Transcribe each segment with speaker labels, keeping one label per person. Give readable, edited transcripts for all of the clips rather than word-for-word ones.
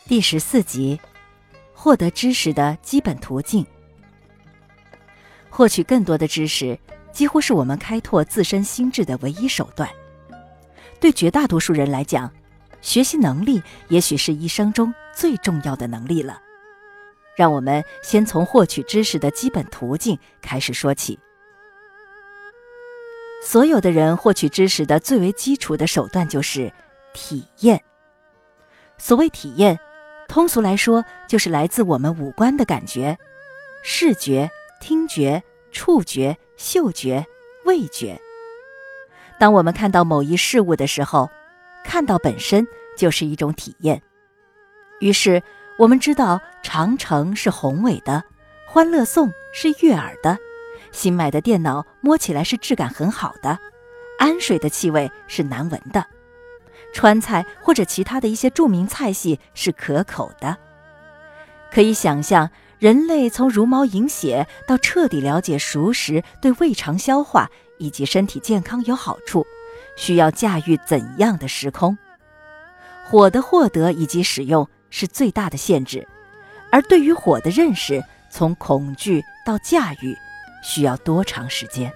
Speaker 1: 第14集，获得知识的基本途径。获取更多的知识，几乎是我们开拓自身心智的唯一手段。对绝大多数人来讲，学习能力也许是一生中最重要的能力了。让我们先从获取知识的基本途径开始说起。所有的人获取知识的最为基础的手段就是体验。所谓体验，通俗来说，就是来自我们五官的感觉：视觉、听觉、触觉、嗅觉、味觉。当我们看到某一事物的时候，看到本身就是一种体验。于是我们知道长城是宏伟的，欢乐颂是悦耳的，新买的电脑摸起来是质感很好的，氨水的气味是难闻的，川菜或者其他的一些著名菜系是可口的。可以想象，人类从茹毛饮血到彻底了解熟食对胃肠消化以及身体健康有好处，需要驾驭怎样的时空。火的获得以及使用是最大的限制，而对于火的认识，从恐惧到驾驭，需要多长时间？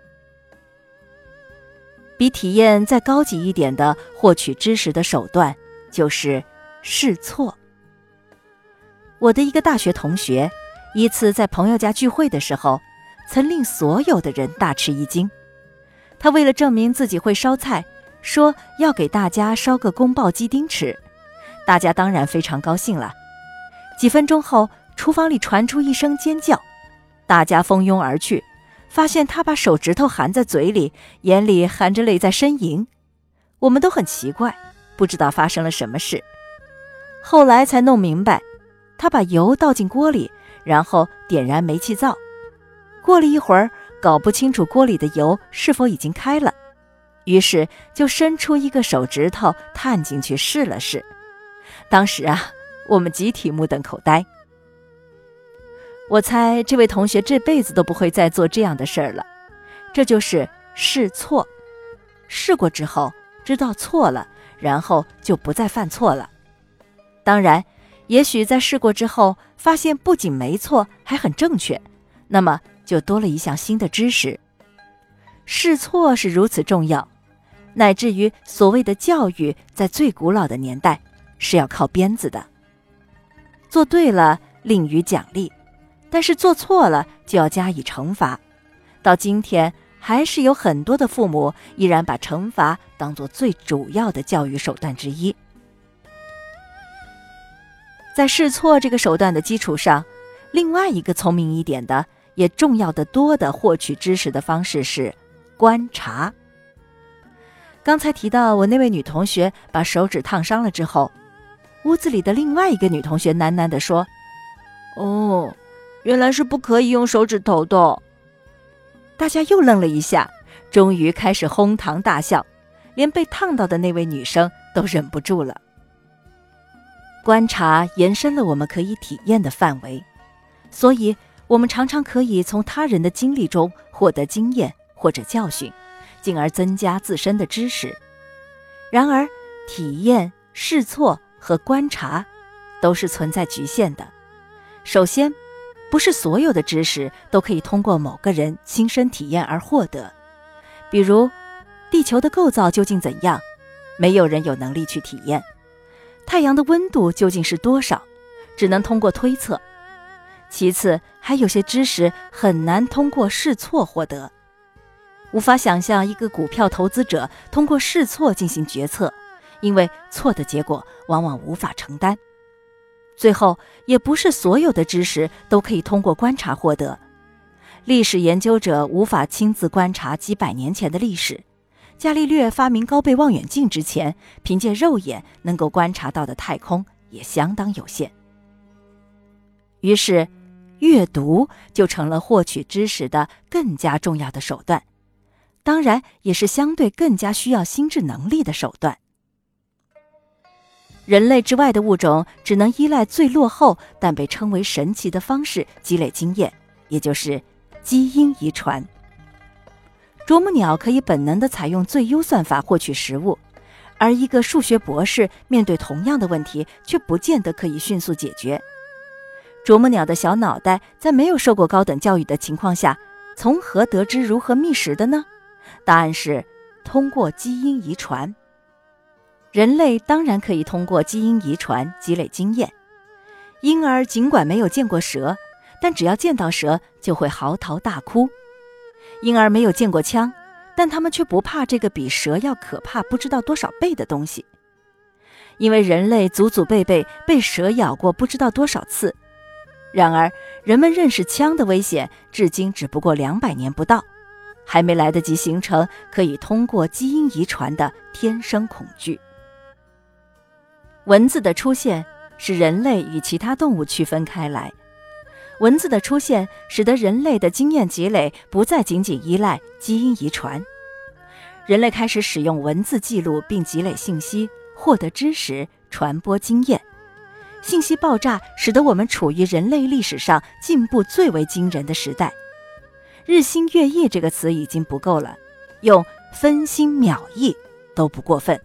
Speaker 1: 比体验再高级一点的获取知识的手段，就是试错。我的一个大学同学，一次在朋友家聚会的时候，曾令所有的人大吃一惊。他为了证明自己会烧菜，说要给大家烧个宫爆鸡丁吃。大家当然非常高兴了。几分钟后，厨房里传出一声尖叫，大家蜂拥而去，发现他把手指头含在嘴里，眼里含着泪在呻吟。我们都很奇怪，不知道发生了什么事。后来才弄明白，他把油倒进锅里，然后点燃煤气灶。过了一会儿，搞不清楚锅里的油是否已经开了，于是就伸出一个手指头探进去试了试。当时我们集体目瞪口呆。我猜这位同学这辈子都不会再做这样的事儿了。这就是试错。试过之后知道错了，然后就不再犯错了。当然，也许在试过之后发现不仅没错，还很正确，那么就多了一项新的知识。试错是如此重要，乃至于所谓的教育在最古老的年代是要靠鞭子的。做对了另予奖励，但是做错了就要加以惩罚。到今天，还是有很多的父母依然把惩罚当作最主要的教育手段之一。在试错这个手段的基础上，另外一个聪明一点的，也重要的多的获取知识的方式是观察。刚才提到我那位女同学把手指烫伤了之后，屋子里的另外一个女同学喃喃地说：哦，原来是不可以用手指头的。大家又愣了一下，终于开始哄堂大笑，连被烫到的那位女生都忍不住了。观察延伸了我们可以体验的范围，所以我们常常可以从他人的经历中获得经验或者教训，进而增加自身的知识。然而，体验、试错和观察都是存在局限的。首先，不是所有的知识都可以通过某个人亲身体验而获得。比如，地球的构造究竟怎样，没有人有能力去体验。太阳的温度究竟是多少，只能通过推测。其次，还有些知识很难通过试错获得。无法想象一个股票投资者通过试错进行决策，因为错的结果往往无法承担。最后，也不是所有的知识都可以通过观察获得。历史研究者无法亲自观察几百年前的历史。伽利略发明高倍望远镜之前，凭借肉眼能够观察到的太空也相当有限。于是，阅读就成了获取知识的更加重要的手段，当然也是相对更加需要心智能力的手段。人类之外的物种只能依赖最落后但被称为神奇的方式积累经验，也就是基因遗传。啄木鸟可以本能地采用最优算法获取食物， 而一个数学博士面对同样的问题，却不见得可以迅速解决。啄木鸟的小脑袋在没有受过高等教育的情况下，从何得知如何觅食的呢？答案是通过基因遗传。人类当然可以通过基因遗传积累经验。婴儿尽管没有见过蛇，但只要见到蛇就会嚎啕大哭。婴儿没有见过枪，但他们却不怕这个比蛇要可怕不知道多少倍的东西。因为人类祖祖辈辈被蛇咬过不知道多少次。然而人们认识枪的危险至今只不过200年不到，还没来得及形成可以通过基因遗传的天生恐惧。文字的出现使人类与其他动物区分开来。文字的出现使得人类的经验积累不再仅仅依赖基因遗传。人类开始使用文字记录并积累信息，获得知识，传播经验。信息爆炸使得我们处于人类历史上进步最为惊人的时代。日新月异这个词已经不够了，用分心秒异都不过分。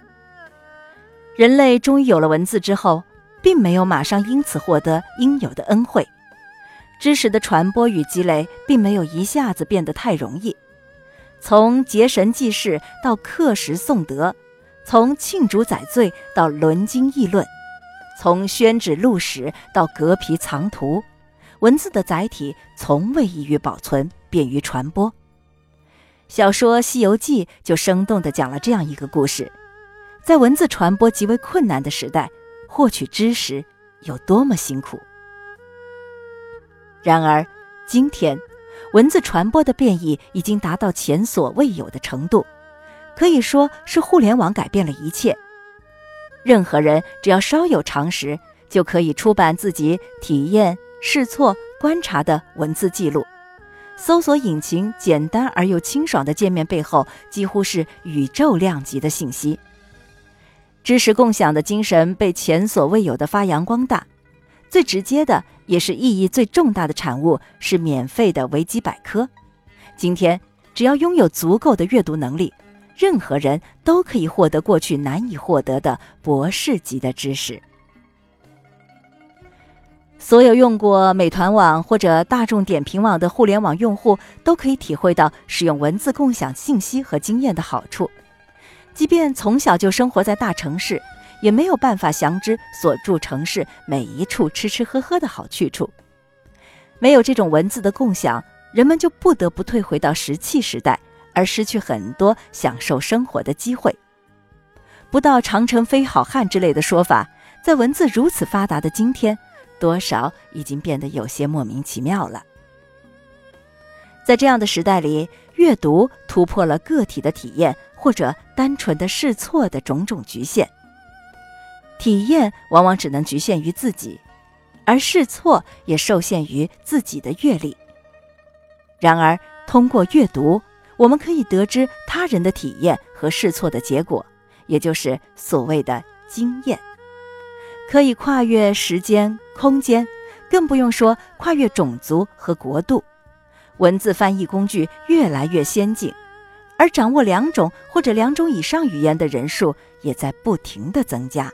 Speaker 1: 人类终于有了文字之后，并没有马上因此获得应有的恩惠。知识的传播与积累并没有一下子变得太容易。从结绳记事到刻石诵德，从罄竹载罪到论经议论，从宣旨录史到革皮藏图，文字的载体从未易于保存，便于传播。小说《西游记》就生动地讲了这样一个故事，在文字传播极为困难的时代，获取知识有多么辛苦。然而今天文字传播的变异已经达到前所未有的程度，可以说是互联网改变了一切。任何人只要稍有常识，就可以出版自己体验、试错、观察的文字记录。搜索引擎简单而又清爽的界面背后，几乎是宇宙量级的信息。知识共享的精神被前所未有的发扬光大。最直接的也是意义最重大的产物是免费的维基百科。今天只要拥有足够的阅读能力，任何人都可以获得过去难以获得的博士级的知识。所有用过美团网或者大众点评网的互联网用户都可以体会到使用文字共享信息和经验的好处。即便从小就生活在大城市，也没有办法详知所住城市每一处吃吃喝喝的好去处。没有这种文字的共享，人们就不得不退回到石器时代，而失去很多享受生活的机会。不到长城非好汉之类的说法，在文字如此发达的今天，多少已经变得有些莫名其妙了。在这样的时代里，阅读突破了个体的体验或者单纯的试错的种种局限。体验往往只能局限于自己，而试错也受限于自己的阅历。然而，通过阅读，我们可以得知他人的体验和试错的结果，也就是所谓的经验。可以跨越时间、空间，更不用说跨越种族和国度。文字翻译工具越来越先进，而掌握2种或者2种以上语言的人数也在不停地增加。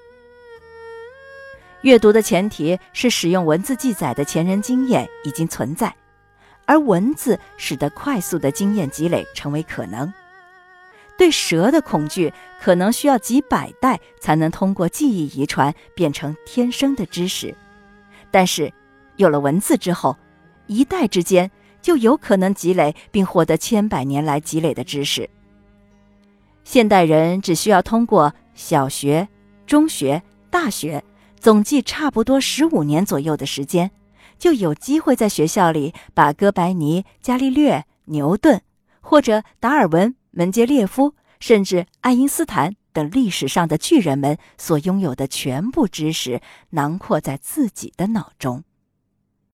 Speaker 1: 阅读的前提是使用文字记载的前人经验已经存在，而文字使得快速的经验积累成为可能。对蛇的恐惧可能需要几百代才能通过记忆遗传变成天生的知识，但是有了文字之后，1代之间就有可能积累并获得千百年来积累的知识。现代人只需要通过小学、中学、大学总计差不多15年左右的时间，就有机会在学校里把哥白尼、伽利略、牛顿或者达尔文、门捷列夫甚至爱因斯坦等历史上的巨人们所拥有的全部知识囊括在自己的脑中。